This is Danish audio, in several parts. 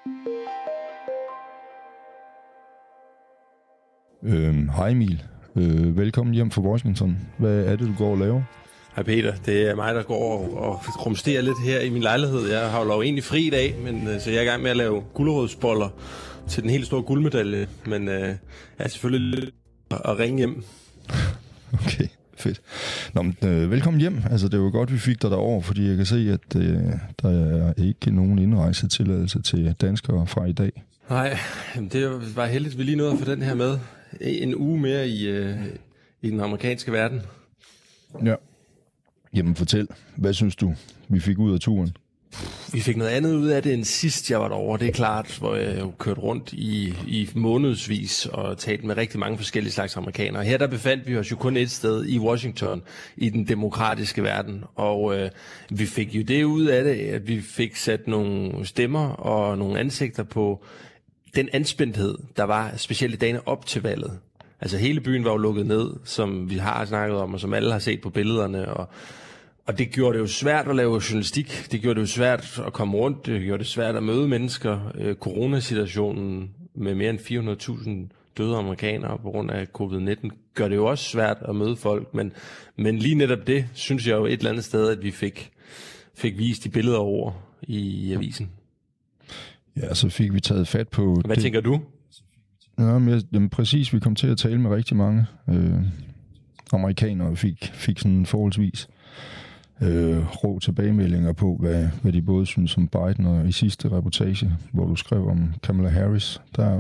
Hej Emil. Velkommen hjem fra Washington. Hvad er det, du går og laver? Hej Peter, det er mig, der går og rumsterer lidt her i min lejlighed. Jeg har jo egentlig fri i dag, så jeg er i gang med at lave gulerodsboller til den helt store guldmedalje. Men jeg er selvfølgelig lidt at ringe hjem. Okay, fedt. Nå, men, velkommen hjem. Altså, det var godt, vi fik dig derover, fordi jeg kan se, at der er ikke nogen indrejsetilladelse til danskere fra i dag. Nej, det var heldigt, at vi lige nåede at få den her med. En uge mere i den amerikanske verden. Ja. Jamen fortæl, hvad synes du, vi fik ud af turen? Vi fik noget andet ud af det end sidst jeg var derovre, det er klart, hvor jeg jo kørte rundt i månedsvis og talt med rigtig mange forskellige slags amerikanere. Her der befandt vi os jo kun et sted i Washington, i den demokratiske verden, og vi fik jo det ud af det, at vi fik sat nogle stemmer og nogle ansigter på den anspændthed, der var specielt i dagene op til valget. Altså hele byen var jo lukket ned, som vi har snakket om, og som alle har set på billederne, og det gjorde det jo svært at lave journalistik, det gjorde det jo svært at komme rundt, det gjorde det svært at møde mennesker. Coronasituationen med mere end 400.000 døde amerikanere på grund af covid-19 gør det jo også svært at møde folk, men lige netop det, synes jeg jo et eller andet sted, at vi fik vist de billeder over i avisen. Ja, så fik vi taget fat på... Hvad tænker du? Ja, men præcis, vi kom til at tale med rigtig mange amerikanere, og fik sådan forholdsvis rå tilbagemeldinger på, hvad de både synes om Biden, og i sidste reportage, hvor du skrev om Kamala Harris,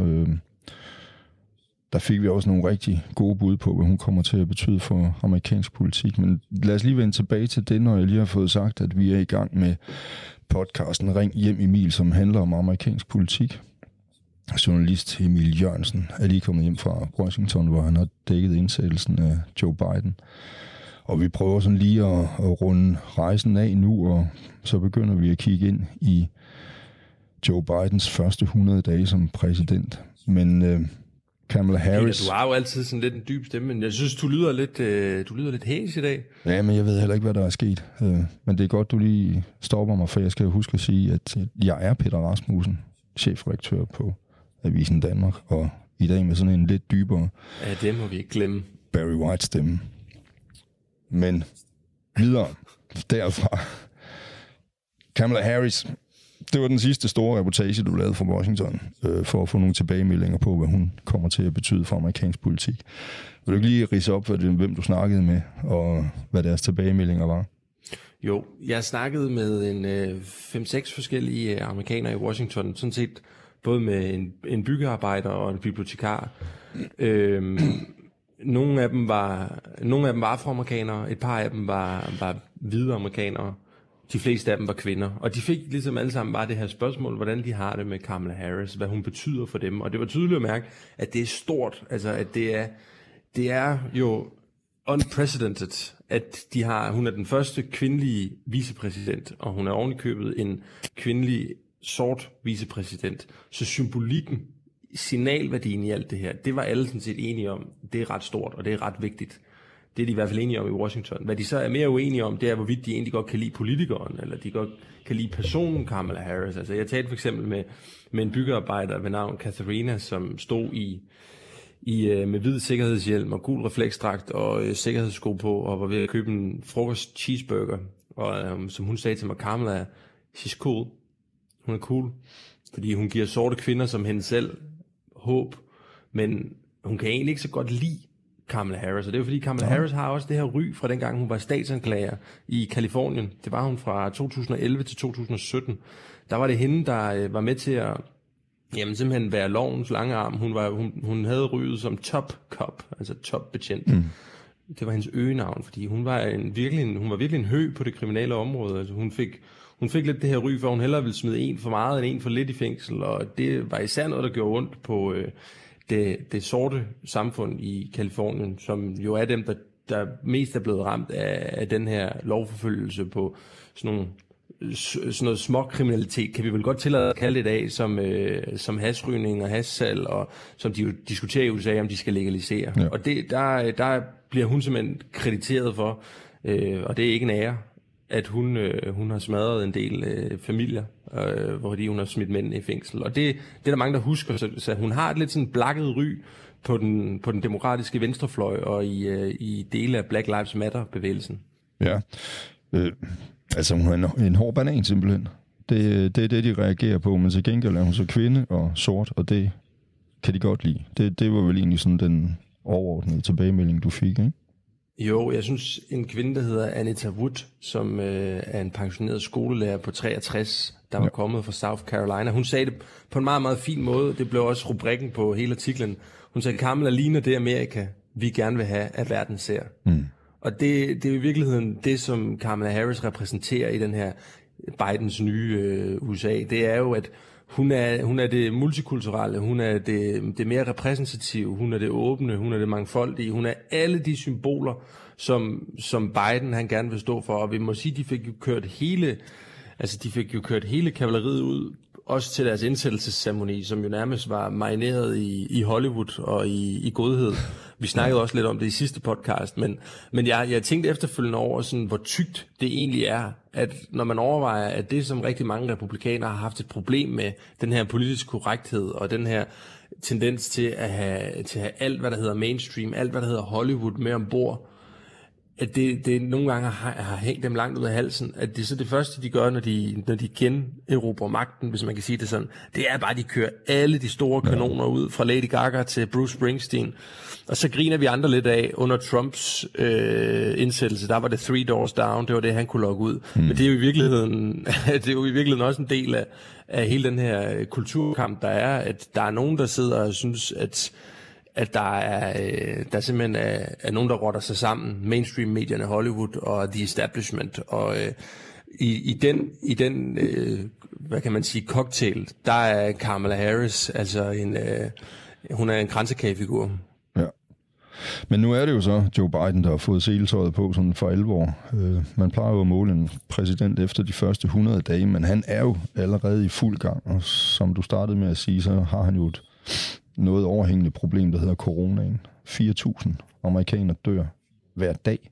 der fik vi også nogle rigtig gode bud på, hvad hun kommer til at betyde for amerikansk politik. Men lad os lige vende tilbage til det, når jeg lige har fået sagt, at vi er i gang med podcasten Ring hjem Emil, som handler om amerikansk politik. Journalist Emil Jørgensen er lige kommet hjem fra Washington, hvor han har dækket indsættelsen af Joe Biden. Og vi prøver sådan lige at runde rejsen af nu, og så begynder vi at kigge ind i Joe Bidens første 100 dage som præsident. Men Kamala Harris... Peter, du har jo altid sådan lidt en dyb stemme, men jeg synes, du lyder lidt hæs i dag. Ja, men jeg ved heller ikke, hvad der er sket. Men det er godt, du lige stopper mig, for jeg skal huske at sige, at jeg er Peter Rasmussen, chefredaktør på Avisen Danmark, og i dag med sådan en lidt dybere... Ja, det må vi ikke glemme. Barry White stemme. Men videre derfra. Kamala Harris, det var den sidste store reportage, du lavede fra Washington, for at få nogle tilbagemeldinger på, hvad hun kommer til at betyde for amerikansk politik. Vil du ikke lige ridse op, hvem du snakkede med, og hvad deres tilbagemeldinger var? Jo, jeg snakkede med en 5-6 forskellige amerikanere i Washington, sådan set både med en byggearbejder og en bibliotekar. Nogle af dem var afroamerikanere, et par af dem var hvide amerikanere, de fleste af dem var kvinder, og de fik ligesom alle sammen bare det her spørgsmål, hvordan de har det med Kamala Harris, hvad hun betyder for dem, og det var tydeligt at mærke, at det er stort, altså at det er jo unprecedented, at hun er den første kvindelige vicepræsident, og hun er ovenikøbet en kvindelig sort vicepræsident, så symbolikken, signalværdien i alt det her, det var alle sådan set enige om, det er ret stort, og det er ret vigtigt. Det er de i hvert fald enige om i Washington. Hvad de så er mere uenige om, det er, hvorvidt de egentlig godt kan lide politikeren, eller de godt kan lide personen Kamala Harris. Altså, jeg talte for eksempel med en byggearbejder ved navn Katharina, som stod med hvid sikkerhedshjelm og gul refleksdragt og sikkerhedssko på, og var ved at købe en frokost cheeseburger. Og som hun sagde til mig, Kamala, she's cool. Hun er cool, fordi hun giver sorte kvinder som hende selv håb, men hun kan egentlig ikke så godt lide Kamala Harris, og det er jo fordi Kamala Harris har også det her ry fra dengang hun var statsanklager i Kalifornien. Det var hun fra 2011 til 2017. Der var det hende, der var med til at simpelthen være lovens lange arm. Hun havde ryget som top cop, altså topbetjent. Det var hendes øgenavn, fordi hun var virkelig en høg på det kriminelle område. Altså hun fik lidt det her ry, for hun hellere ville smide en for meget end en for lidt i fængsel, og det var især noget, der gjorde ondt på det sorte samfund i Kalifornien, som jo er dem, der mest er blevet ramt af den her lovforfølgelse på sådan noget småkriminalitet, kan vi vel godt tillade at kalde det i dag, som hashrygning og hashsalg, og som de jo diskuterer i USA, om de skal legalisere. Ja. Og der bliver hun simpelthen krediteret for, og det er ikke en ære, at hun har smadret en del familier, fordi hun har smidt mændene i fængsel. Og det er der mange, der husker. Så hun har et lidt sådan blakket ry på den demokratiske venstrefløj og i dele af Black Lives Matter-bevægelsen. Ja, altså hun er en hård banan simpelthen. Det er det, de reagerer på, men til gengæld er hun så kvinde og sort, og det kan de godt lide. Det var vel egentlig sådan den overordnede tilbagemelding, du fik, ikke? Jo, jeg synes, en kvinde, der hedder Anita Wood, som er en pensioneret skolelærer på 63, der var kommet fra South Carolina, hun sagde det på en meget, meget fin måde. Det blev også rubrikken på hele artiklen. Hun sagde, Kamala ligner det Amerika, vi gerne vil have, at verden ser. Mm. Og det er i virkeligheden det, som Kamala Harris repræsenterer i den her Bidens nye USA. Det er jo, at hun er det multikulturelle, hun er det mere repræsentative, hun er det åbne, hun er det mangfoldige, hun er alle de symboler, som Biden han gerne vil stå for. Og vi må sige, de fik jo kørt hele kavaleriet ud, også til deres indsættelsesceremoni, som jo nærmest var marineret i Hollywood og i godhed. Vi snakkede også lidt om det i sidste podcast, men jeg tænkte efterfølgende over, sådan, hvor tykt det egentlig er, at når man overvejer, at det, som rigtig mange republikanere har haft et problem med, den her politisk korrekthed og den her tendens til at have alt, hvad der hedder mainstream, alt, hvad der hedder Hollywood med ombord, at det nogle gange har hængt dem langt ud af halsen, at det er så det første, de gør, når de generobrer magten, hvis man kan sige det sådan, det er bare, at de kører alle de store kanoner ud, fra Lady Gaga til Bruce Springsteen, og så griner vi andre lidt af, under Trumps indsættelse, der var det 3 Doors Down, det var det, han kunne logge ud. Men det er jo i virkeligheden også en del af hele den her kulturkamp, der er, at der er nogen, der sidder og synes, at der simpelthen er nogen, der rotter sig sammen, mainstream-medierne, Hollywood og The Establishment, og i den hvad kan man sige, cocktail, der er Kamala Harris, altså hun er en kransekagefigur. Ja. Men nu er det jo så Joe Biden, der har fået seletøjet på sådan for alvor. Man plejer jo at måle en præsident efter de første 100 dage, men han er jo allerede i fuld gang, og som du startede med at sige, så har han jo et noget overhængende problem, der hedder coronaen. 4.000 amerikanere dør hver dag.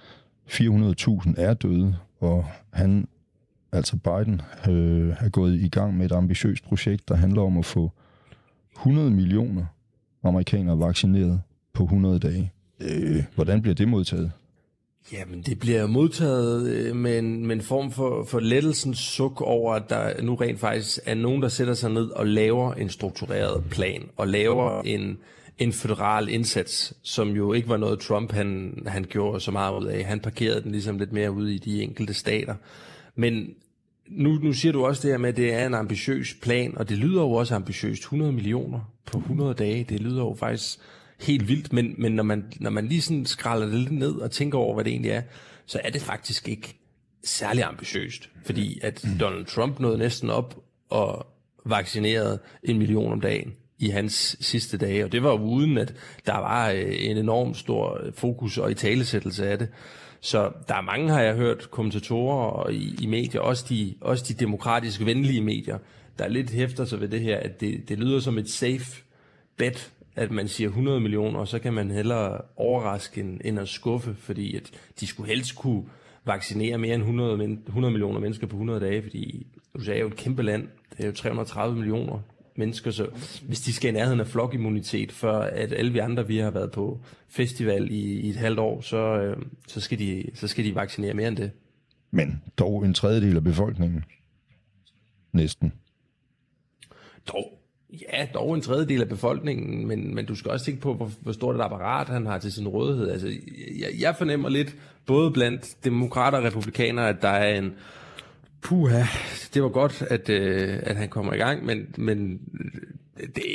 400.000 er døde, og han, altså Biden, er gået i gang med et ambitiøst projekt, der handler om at få 100 millioner amerikanere vaccineret på 100 dage. Hvordan bliver det modtaget? Jamen, det bliver modtaget med en form for lettelsens suk over, at der nu rent faktisk er nogen, der sætter sig ned og laver en struktureret plan, og laver en føderal indsats, som jo ikke var noget Trump, han gjorde så meget ud af. Han parkerede den ligesom lidt mere ude i de enkelte stater. Men nu siger du også det her med, at det er en ambitiøs plan, og det lyder jo også ambitiøst. 100 millioner på 100 dage, det lyder jo faktisk helt vildt, men når man lige sådan skralder det lidt ned og tænker over, hvad det egentlig er, så er det faktisk ikke særlig ambitiøst, fordi at Donald Trump nåede næsten op og vaccinerede 1 million om dagen i hans sidste dage, og det var jo uden, at der var en enorm stor fokus og italesættelse af det. Så der er mange, har jeg hørt, kommentatorer og i medier, også de demokratisk venlige medier, der lidt hæfter sig ved det her, at det lyder som et safe bet, at man siger 100 millioner, og så kan man hellere overraske end at skuffe, fordi at de skulle helst kunne vaccinere mere end 100 millioner mennesker på 100 dage, fordi USA er jo et kæmpe land, det er jo 330 millioner mennesker, så hvis de skal i nærheden af flokimmunitet, før at alle vi andre, vi har været på festival i et halvt år, så skal de vaccinere mere end det. Men dog en tredjedel af befolkningen. Næsten. Dog en tredjedel af befolkningen, men du skal også tænke på, hvor stort et apparat han har til sin rådighed. Altså, jeg fornemmer lidt, både blandt demokrater og republikanere, at der er en det var godt, at han kommer i gang, men det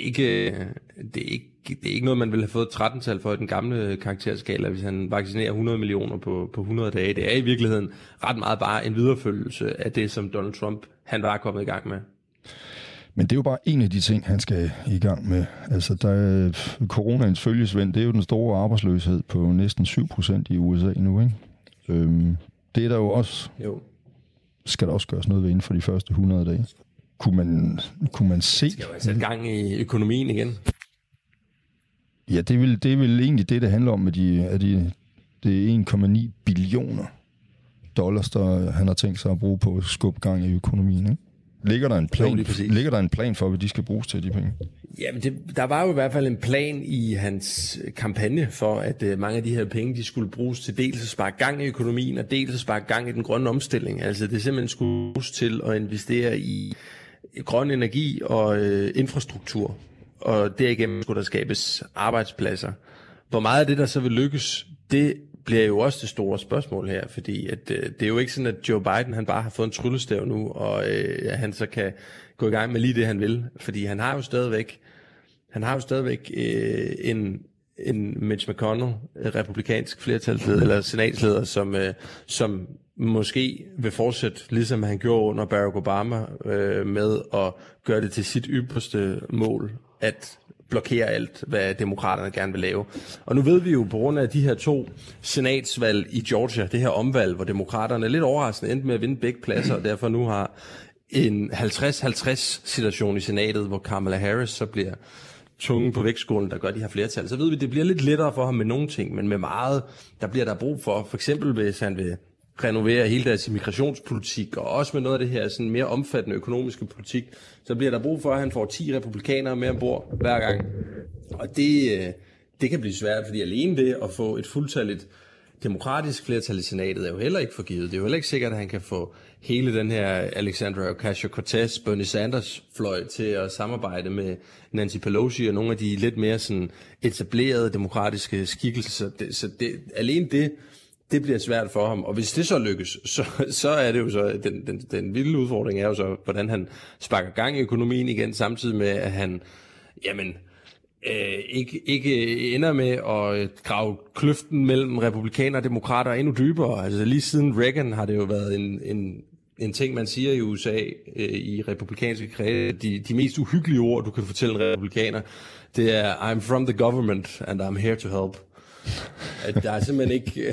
er ikke noget, man ville have fået 13-tal for i den gamle karakterskala, hvis han vaccinerer 100 millioner på 100 dage. Det er i virkeligheden ret meget bare en viderefølgelse af det, som Donald Trump han var kommet i gang med. Men det er jo bare en af de ting, han skal i gang med. Altså, coronaens følgesvend, det er jo den store arbejdsløshed på næsten 7% i USA nu, ikke? Det er der jo også... Jo. Skal der også gøres noget ved inden for de første 100 dage. Kunne man se... Skal jo sætte gang i økonomien igen? Ja, det er vel egentlig det handler om med det er 1,9 billioner dollars, der han har tænkt sig at bruge på at skubbe gang i økonomien, ikke? Ligger der en plan for, hvad de skal bruges til, de penge? Jamen, der var jo i hvert fald en plan i hans kampagne for, at mange af de her penge, de skulle bruges til dels at sparke gang i økonomien, og dels at sparke gang i den grønne omstilling. Altså, det simpelthen skulle bruges til at investere i grøn energi og infrastruktur, og derigennem skulle der skabes arbejdspladser. Hvor meget af det, der så vil lykkes, det bliver jo også det store spørgsmål her, fordi at, det er jo ikke sådan, at Joe Biden han bare har fået en tryllestav nu, og han så kan gå i gang med lige det, han vil, fordi han har jo stadigvæk en Mitch McConnell, republikansk flertalsleder, eller senatsleder, som måske vil fortsætte, ligesom han gjorde under Barack Obama, med at gøre det til sit ypperste mål, at blokere alt, hvad demokraterne gerne vil lave. Og nu ved vi jo, på grund af de her 2 senatsvalg i Georgia, det her omvalg, hvor demokraterne lidt overraskende endte med at vinde begge pladser, og derfor nu har en 50-50 situation i senatet, hvor Kamala Harris så bliver tungen på vægtskålen, der gør de her flertal. Så ved vi, det bliver lidt lettere for ham med nogle ting, men med meget, der bliver der brug for eksempel hvis han vil renovere hele deres immigrationspolitik, og også med noget af det her sådan mere omfattende økonomiske politik, så bliver der brug for, at han får 10 republikanere med ombord hver gang. Og det kan blive svært, fordi alene det at få et fuldtalligt demokratisk flertal i senatet er jo heller ikke forgivet. Det er jo heller ikke sikkert, at han kan få hele den her Alexandria Ocasio-Cortez, Bernie Sanders fløj til at samarbejde med Nancy Pelosi og nogle af de lidt mere sådan etablerede demokratiske skikkelser. Alene det bliver svært for ham, og hvis det så lykkes, så er det jo så, den vilde udfordring er jo så, hvordan han sparker gang i økonomien igen, samtidig med, at han, ikke ender med at grave kløften mellem republikanere og demokrater endnu dybere. Altså lige siden Reagan har det jo været en ting, man siger i USA, i republikanske kredse, de mest uhyggelige ord, du kan fortælle en republikaner, det er, I'm from the government, and I'm here to help. At der er simpelthen ikke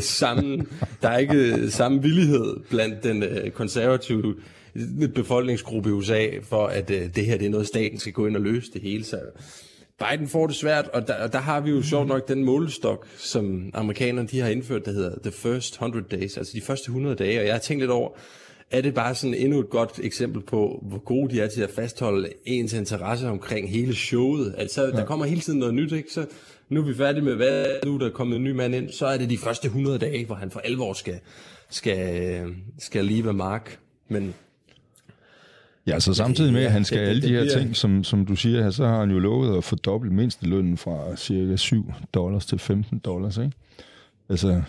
samme villighed blandt den konservative befolkningsgruppe i USA for, at det her det er noget, staten skal gå ind og løse det hele. Så Biden får det svært, og der har vi jo sjovt nok den målestok, som amerikanerne de har indført, der hedder The First 100 Days, altså de første 100 dage, og jeg har tænkt lidt over, er det bare sådan endnu et godt eksempel på, hvor gode de er til at fastholde ens interesse omkring hele showet. Altså, der kommer hele tiden noget nyt, ikke? Så nu er vi færdige med, hvad nu der er kommet en ny mand ind, så er det de første 100 dage, hvor han for alvor skal leave a mark. Men ja, så samtidig med, at han skal alle de her ting, som du siger her, så har han jo lovet at fordoble mindstelønnen fra cirka $7 til $15, ikke? Altså,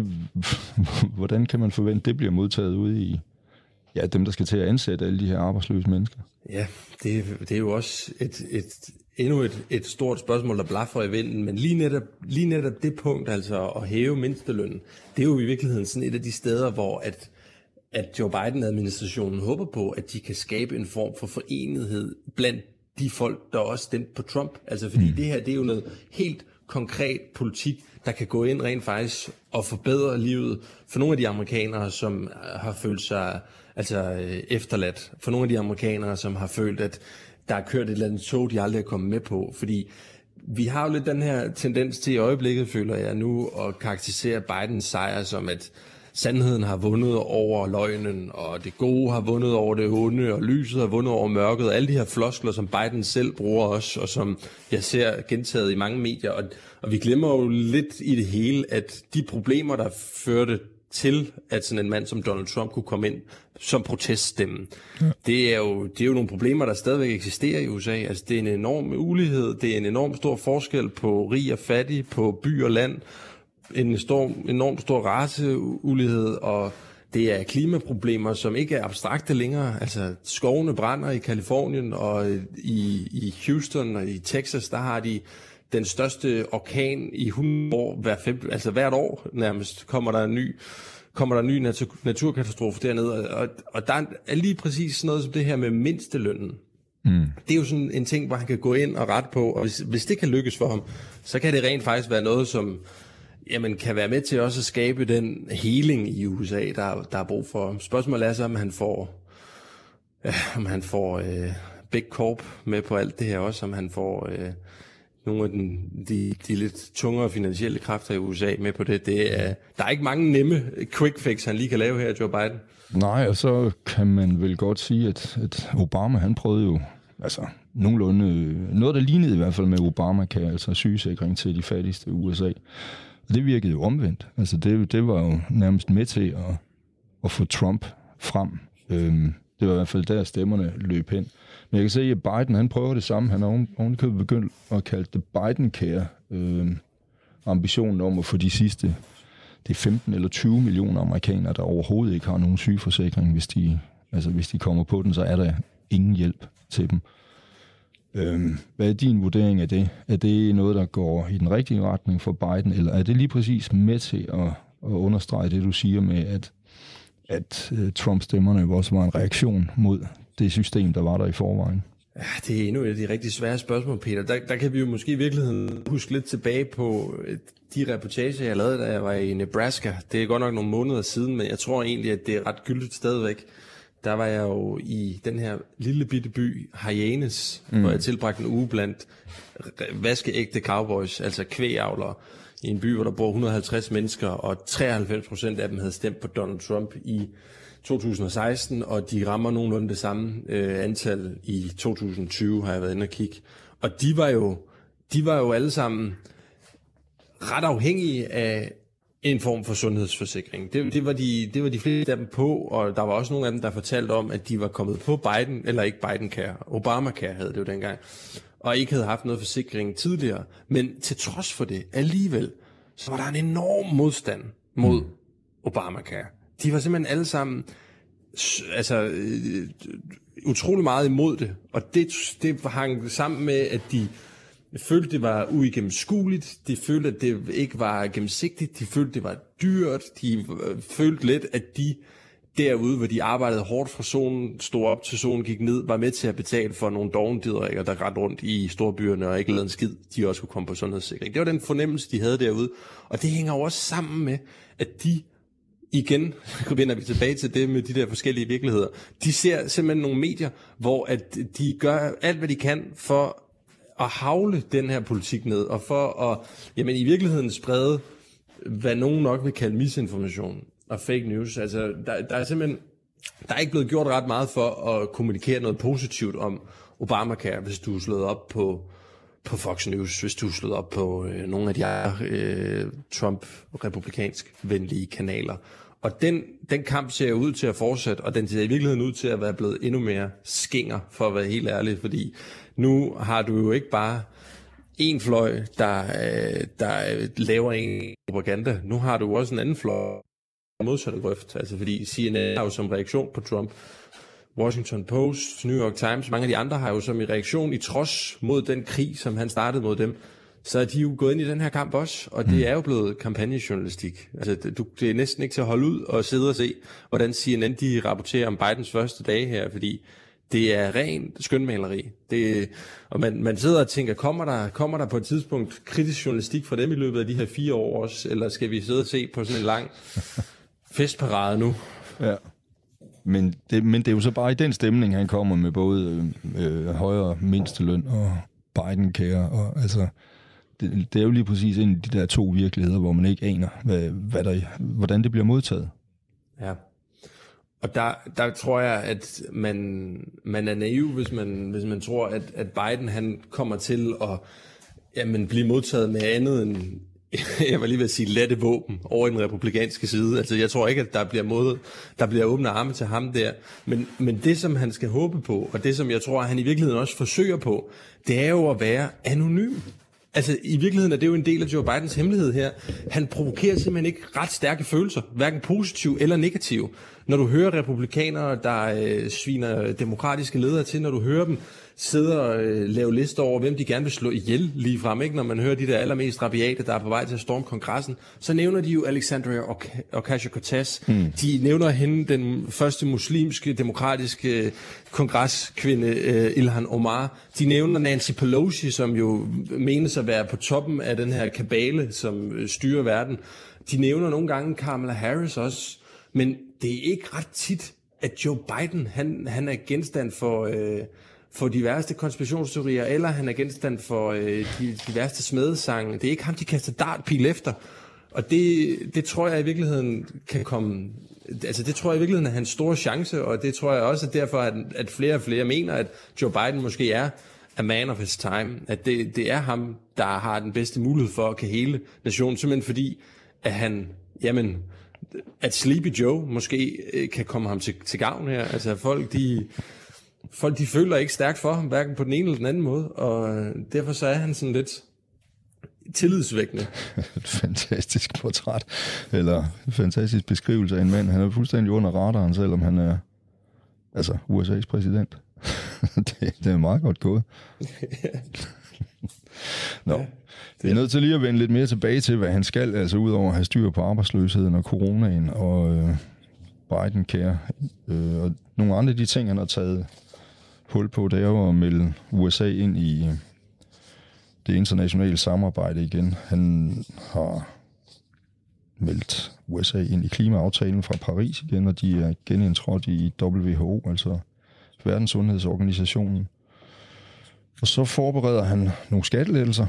hvordan kan man forvente, det bliver modtaget ude i dem, der skal til at ansætte alle de her arbejdsløse mennesker? Ja, det er jo også endnu et stort spørgsmål, der blaffer i vinden, men lige netop det punkt, altså at hæve mindstelønnen, det er jo i virkeligheden sådan et af de steder, hvor at Joe Biden-administrationen håber på, at de kan skabe en form for forenighed blandt de folk, der også stemte på Trump. Altså fordi det her, det er jo noget helt konkret politik, der kan gå ind rent faktisk og forbedre livet for nogle af de amerikanere, som har følt sig efterladt. For nogle af de amerikanere, som har følt, at der er kørt et eller andet tog, de aldrig er kommet med på. Fordi vi har jo lidt den her tendens til i øjeblikket, føler jeg nu, at karakterisere Bidens sejr som, at sandheden har vundet over løgnen, og det gode har vundet over det onde, og lyset har vundet over mørket, og alle de her floskler, som Biden selv bruger også, og som jeg ser gentaget i mange medier. Og vi glemmer jo lidt i det hele, at de problemer, der førte til, at sådan en mand som Donald Trump kunne komme ind som proteststemme. Ja. Det er jo nogle problemer, der stadigvæk eksisterer i USA. Altså, det er en enorm ulighed, det er en enorm stor forskel på rig og fattig, på by og land, en enormt stor raceulighed, og det er klimaproblemer, som ikke er abstrakte længere. Altså, skovene brænder i Kalifornien, og i Houston og i Texas, der har de den største orkan i 100 år, hvert år nærmest kommer der en ny naturkatastrofe dernede, og der er lige præcis sådan noget som det her med mindstelønnen. Det er jo sådan en ting, hvor han kan gå ind og rette på, og hvis det kan lykkes for ham, så kan det rent faktisk være noget, som kan være med til også at skabe den healing i USA, der er brug for. Spørgsmålet er så, om han får Big Corp med på alt det her også, om han får nogle af de lidt tungere finansielle kræfter i USA med på det. Der er ikke mange nemme quick fix, han lige kan lave her, Joe Biden. Nej, og så kan man vel godt sige, at Obama, han prøvede jo nogenlunde, noget der lignede i hvert fald med Obamacare, altså sygesikring til de fattigste i USA. Og det virkede jo omvendt. Altså det var jo nærmest med til at få Trump frem. Det var i hvert fald der stemmerne løb hen. Men jeg kan se, at Biden, han prøver det samme. Han har ovenikøbet begyndt at kalde det Biden-care. Ambitionen om at få de sidste, det er 15 eller 20 millioner amerikanere, der overhovedet ikke har nogen sygeforsikring. Hvis de kommer på den, så er der ingen hjælp til dem. Hvad er din vurdering af det? Er det noget, der går i den rigtige retning for Biden, eller er det lige præcis med til at understrege det, du siger med, at Trump-stemmerne jo også var en reaktion mod det system, der var der i forvejen? Ja, det er endnu et af de rigtig svære spørgsmål, Peter. Der kan vi jo måske i virkeligheden huske lidt tilbage på de reportager, jeg lavede, da jeg var i Nebraska. Det er godt nok nogle måneder siden, men jeg tror egentlig, at det er ret gyldigt stadigvæk. Der var jeg jo i den her lille bitte by, Hyannis, hvor jeg tilbragte en uge blandt vaskeægte cowboys, altså kvægavlere, i en by, hvor der bor 150 mennesker, og 93% af dem havde stemt på Donald Trump i 2016, og de rammer nogenlunde det samme antal i 2020, har jeg været inde og kigge. Og de var jo alle sammen ret afhængige af en form for sundhedsforsikring. Det var de fleste af dem på, og der var også nogle af dem, der fortalte om, at de var kommet på Biden, eller ikke Biden-care, Obamacare havde det jo dengang, og ikke havde haft noget forsikring tidligere. Men til trods for det, alligevel, så var der en enorm modstand mod Obamacare. De var simpelthen alle sammen utrolig meget imod det, og det hang sammen med, at de følte, det var uigennemskueligt, de følte, at det ikke var gennemsigtigt, de følte, det var dyrt, de følte lidt, at de derude, hvor de arbejdede hårdt fra solen, stod op til solen gik ned, var med til at betale for nogle dovendiderikker, der rendte rundt i storbyerne og ikke lavede en skid, de også kunne komme på sundhedssikring. Det var den fornemmelse, de havde derude, og det hænger jo også sammen med, at de igen vender vi tilbage til det med de der forskellige virkeligheder. De ser simpelthen nogle medier, hvor at de gør alt, hvad de kan for at havle den her politik ned, og for at i virkeligheden sprede, hvad nogen nok vil kalde misinformation og fake news. Altså, der er simpelthen ikke blevet gjort ret meget for at kommunikere noget positivt om Obamacare, hvis du er slået op på Fox News, hvis du er slået op på nogle af de andre Trump-republikansk venlige kanaler. Og den kamp ser ud til at fortsætte, og den ser i virkeligheden ud til at være blevet endnu mere skinger, for at være helt ærlig, fordi nu har du jo ikke bare en fløj, der laver en propaganda. Nu har du også en anden fløj, modsatte grøft, altså fordi CNN har jo som reaktion på Trump, Washington Post, New York Times, mange af de andre har jo som i reaktion i trods mod den krig, som han startede mod dem, så er de jo gået ind i den her kamp også, og det er jo blevet kampagnejournalistik. Altså det er næsten ikke til at holde ud og sidde og se, hvordan CNN de rapporterer om Bidens første dage her, fordi det er rent skønmaleri. Og man sidder og tænker, kommer der på et tidspunkt kritisk journalistik fra dem i løbet af de her 4 år også, eller skal vi sidde og se på sådan en lang festparade nu? Ja. Men det er jo så bare i den stemning, han kommer med både højere mindsteløn og Biden-care, og altså det er jo lige præcis en af de der 2 virkeligheder, hvor man ikke aner, hvordan det bliver modtaget. Ja. Og der tror jeg, at man er naiv, hvis man tror, at Biden han kommer til at blive modtaget med andet end, jeg var lige ved at sige, lette våben over i den republikanske side. Altså jeg tror ikke, at der bliver åbne arme til ham der. Men det, som han skal håbe på, og det, som jeg tror, at han i virkeligheden også forsøger på, det er jo at være anonym. Altså i virkeligheden er det jo en del af Joe Bidens hemmelighed her. Han provokerer simpelthen ikke ret stærke følelser, hverken positive eller negative. Når du hører republikanere, der sviner demokratiske ledere til, når du hører dem sidde og lave lister over, hvem de gerne vil slå ihjel lige frem, ikke? Når man hører de der allermest rabiate, der er på vej til at storme kongressen, så nævner de jo Alexandria Ocasio-Cortez. De nævner hende, den første muslimske, demokratiske kongreskvinde, Ilhan Omar. De nævner Nancy Pelosi, som jo menes at være på toppen af den her kabale, som styrer verden. De nævner nogle gange Kamala Harris også, men det er ikke ret tit, at Joe Biden, han er genstand for de værste konspirationsteorier, eller han er genstand for de værste smedesange. Det er ikke ham, de kaster dartpil efter. Og det tror jeg i virkeligheden kan komme... Altså det tror jeg i virkeligheden er hans store chance, og det tror jeg også er derfor, at flere og flere mener, at Joe Biden måske er a man of his time. At det er ham, der har den bedste mulighed for at kan hele nationen, simpelthen fordi, at han... at Sleepy Joe måske kan komme ham til gavn her. Altså folk de føler ikke stærkt for ham, hverken på den ene eller den anden måde, og derfor så er han sådan lidt tillidsvækkende. Et fantastisk portræt, eller en fantastisk beskrivelse af en mand. Han er fuldstændig under radaren, selvom han er USA's præsident. det er meget godt gået. Nå. Ja. Vi er nødt til lige at vende lidt mere tilbage til, hvad han skal, altså udover at have styr på arbejdsløsheden og coronaen og Biden-care. Og nogle andre af de ting, han har taget hul på, det er jo at melde USA ind i det internationale samarbejde igen. Han har meldt USA ind i klimaaftalen fra Paris igen, og de er genindtrådt i WHO, altså Verdenssundhedsorganisationen. Og så forbereder han nogle skattelettelser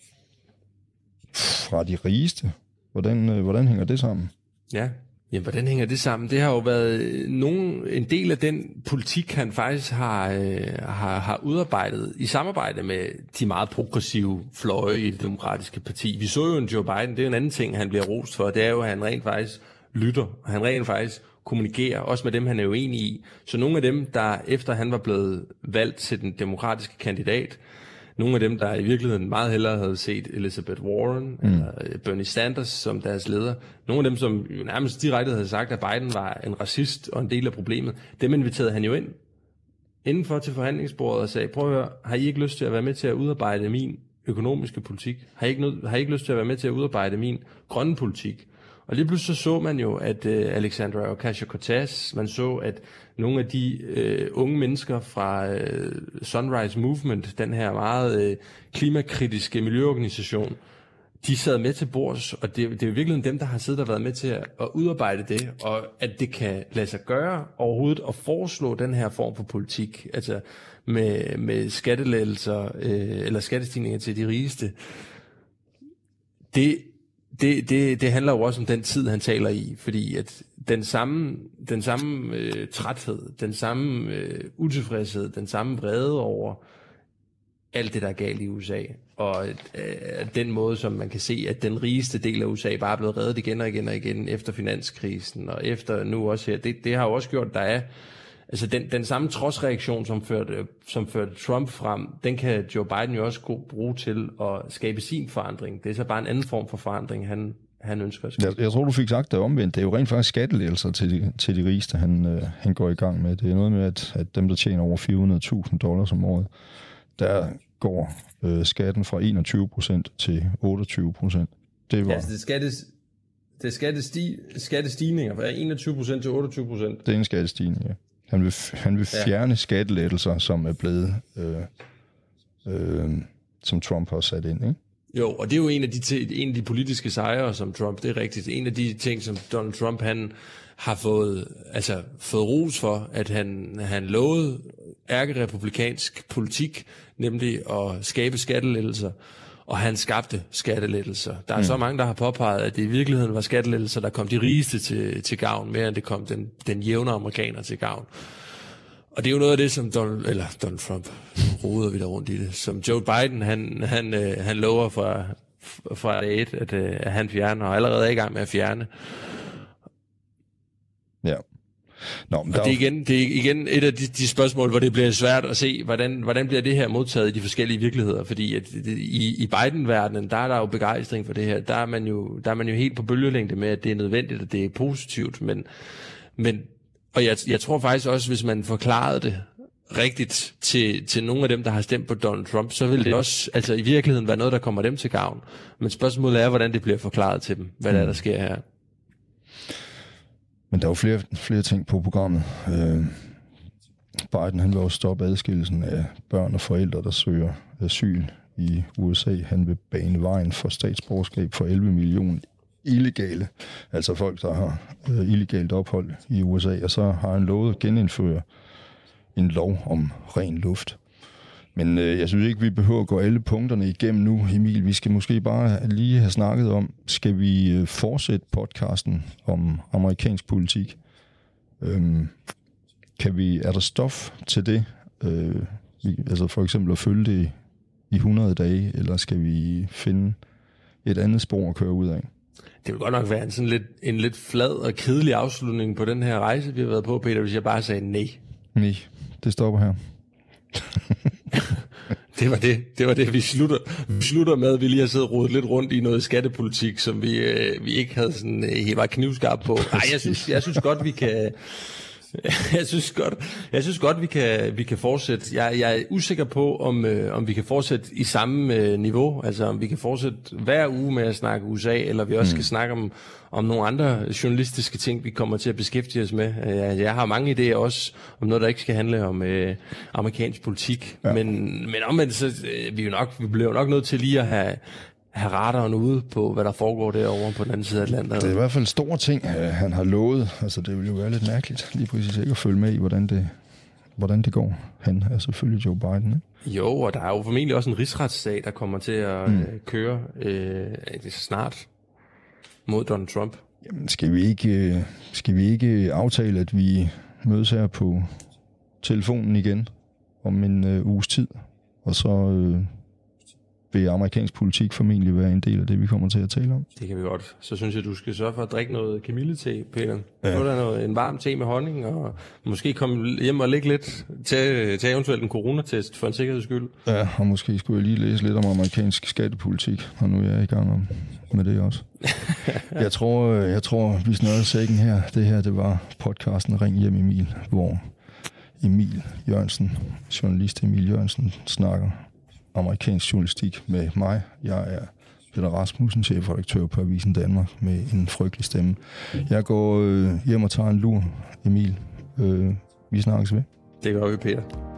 fra de rigeste. Hvordan hænger det sammen? Ja, jamen, hvordan hænger det sammen? Det har jo været en del af den politik, han faktisk har udarbejdet i samarbejde med de meget progressive fløje i det demokratiske parti. Vi så jo en Joe Biden, det er en anden ting, han bliver rost for, det er jo, at han rent faktisk lytter, og han rent faktisk kommunikerer, også med dem, han er uenig i. Så nogle af dem, der efter han var blevet valgt til den demokratiske kandidat, nogle af dem, der i virkeligheden meget hellere havde set Elizabeth Warren eller Bernie Sanders som deres leder, nogle af dem, som nærmest direkte havde sagt, at Biden var en racist og en del af problemet, dem inviterede han jo ind indenfor til forhandlingsbordet og sagde, prøv at høre, har I ikke lyst til at være med til at udarbejde min økonomiske politik? Har I ikke lyst til at være med til at udarbejde min grønne politik? Og lige pludselig så man jo, at Alexandria Ocasio-Cortez, man så, at nogle af de unge mennesker fra Sunrise Movement, den her meget klimakritiske miljøorganisation, de sad med til bords, og det er jo virkelig dem, der har siddet og været med til at udarbejde det, og at det kan lade sig gøre overhovedet at foreslå den her form for politik, altså med skattelettelser eller skattestigninger til de rigeste. Det handler jo også om den tid, han taler i, fordi at den samme træthed, den samme utilfredshed, den samme vrede over alt det, der er galt i USA, og den måde, som man kan se, at den rigeste del af USA bare er blevet reddet igen og igen og igen efter finanskrisen, og efter nu også her, det har jo også gjort, der er altså den samme trodsreaktion, som førte Trump frem, den kan Joe Biden jo også bruge til at skabe sin forandring. Det er så bare en anden form for forandring, han ønsker. Jeg tror, du fik sagt det omvendt. Det er jo rent faktisk skattelettelser til de rigeste, han går i gang med. Det er noget med, at dem, der tjener over $400,000 om året, der går skatten fra 21% til 28%. Det var... Ja, altså det er skattestigninger fra 21% til 28%. Det er en skattestigning, ja. Han vil fjerne skattelettelser, som er blevet, som Trump har sat ind, ikke? Jo, og det er jo en af de politiske sejre, som Trump, det er rigtigt. En af de ting, som Donald Trump, han har fået ros for, at han lovede ærkerepublikansk politik, nemlig at skabe skattelettelser, og han skabte skattelettelser. Der er så mange, der har påpeget, at det i virkeligheden var skattelettelser, der kom de rigeste til gavn, mere end det kom den jævne amerikaner til gavn. Og det er jo noget af det, som Donald Trump, roder vi der rundt i det, som Joe Biden, han lover fra dag 1, at han fjerner, og allerede er i gang med at fjerne. Ja. Nå, og det er igen et af de spørgsmål, hvor det bliver svært at se, hvordan bliver det her modtaget i de forskellige virkeligheder, fordi at i Biden-verdenen, der er der jo begejstring for det her, der er man jo helt på bølgelængde med, at det er nødvendigt, at det er positivt, men og jeg tror faktisk også, hvis man forklarede det rigtigt til nogle af dem, der har stemt på Donald Trump, så vil det også altså i virkeligheden være noget, der kommer dem til gavn. Men spørgsmålet er, hvordan det bliver forklaret til dem, hvad der sker her. Men der er jo flere ting på programmet. Biden, han vil også stoppe adskillelsen af børn og forældre, der søger asyl i USA. Han vil bane vejen for statsborgerskab for 11 millioner illegale, altså folk, der har illegalt ophold i USA. Og så har han lovet at genindføre en lov om ren luft. Men jeg synes ikke, vi behøver at gå alle punkterne igennem nu, Emil. Vi skal måske bare lige have snakket om, skal vi fortsætte podcasten om amerikansk politik? Er der stof til det? Altså for eksempel at følge det i 100 dage, eller skal vi finde et andet spor at køre ud af? Det vil godt nok være en lidt flad og kedelig afslutning på den her rejse, vi har været på, Peter, hvis jeg bare sagde nej. Nej, det stopper her. Det var det, vi slutter med. Vi lige har siddet og rodet lidt rundt i noget skattepolitik, som vi ikke havde sådan helt var knivskarp på. Nej, jeg synes godt, vi kan... Jeg synes godt, vi kan fortsætte. Jeg er usikker på, om vi kan fortsætte i samme niveau. Altså, om vi kan fortsætte hver uge med at snakke USA, eller vi også skal snakke om nogle andre journalistiske ting, vi kommer til at beskæftige os med. Jeg har mange idéer også om noget, der ikke skal handle om amerikansk politik. Ja. Men omvendt, så vi bliver jo nok nødt til lige at have radaren ude på, hvad der foregår derovre på den anden side af Atlanten. Det er i hvert fald store ting, han har lovet. Altså, det vil jo være lidt mærkeligt lige præcis ikke at følge med i, hvordan det går. Han er selvfølgelig Joe Biden, ikke? Jo, og der er jo formentlig også en rigsretssag, der kommer til at køre snart mod Donald Trump. Jamen, skal vi ikke aftale, at vi mødes her på telefonen igen om en uges tid, og så vil amerikansk politik formentlig være en del af det, vi kommer til at tale om. Det kan vi godt. Så synes jeg, du skal sørge for at drikke noget kamillete, Peter. Ja. Nu er der en varm te med honning, og måske komme hjem og lægge lidt til eventuelt en coronatest for en sikkerheds skyld. Ja, og måske skulle jeg lige læse lidt om amerikansk skattepolitik, og nu er jeg i gang med det også. Jeg tror, vi snørrede sækken her. Det her, det var podcasten Ring hjem Emil, hvor Emil Jørgensen, journalist Emil Jørgensen, snakker amerikansk journalistik med mig. Jeg er Peter Rasmussen, chefredaktør på Avisen Danmark, med en frygtelig stemme. Jeg går hjem og tager en lur, Emil. Vi snakkes ved. Det gør vi, Peter.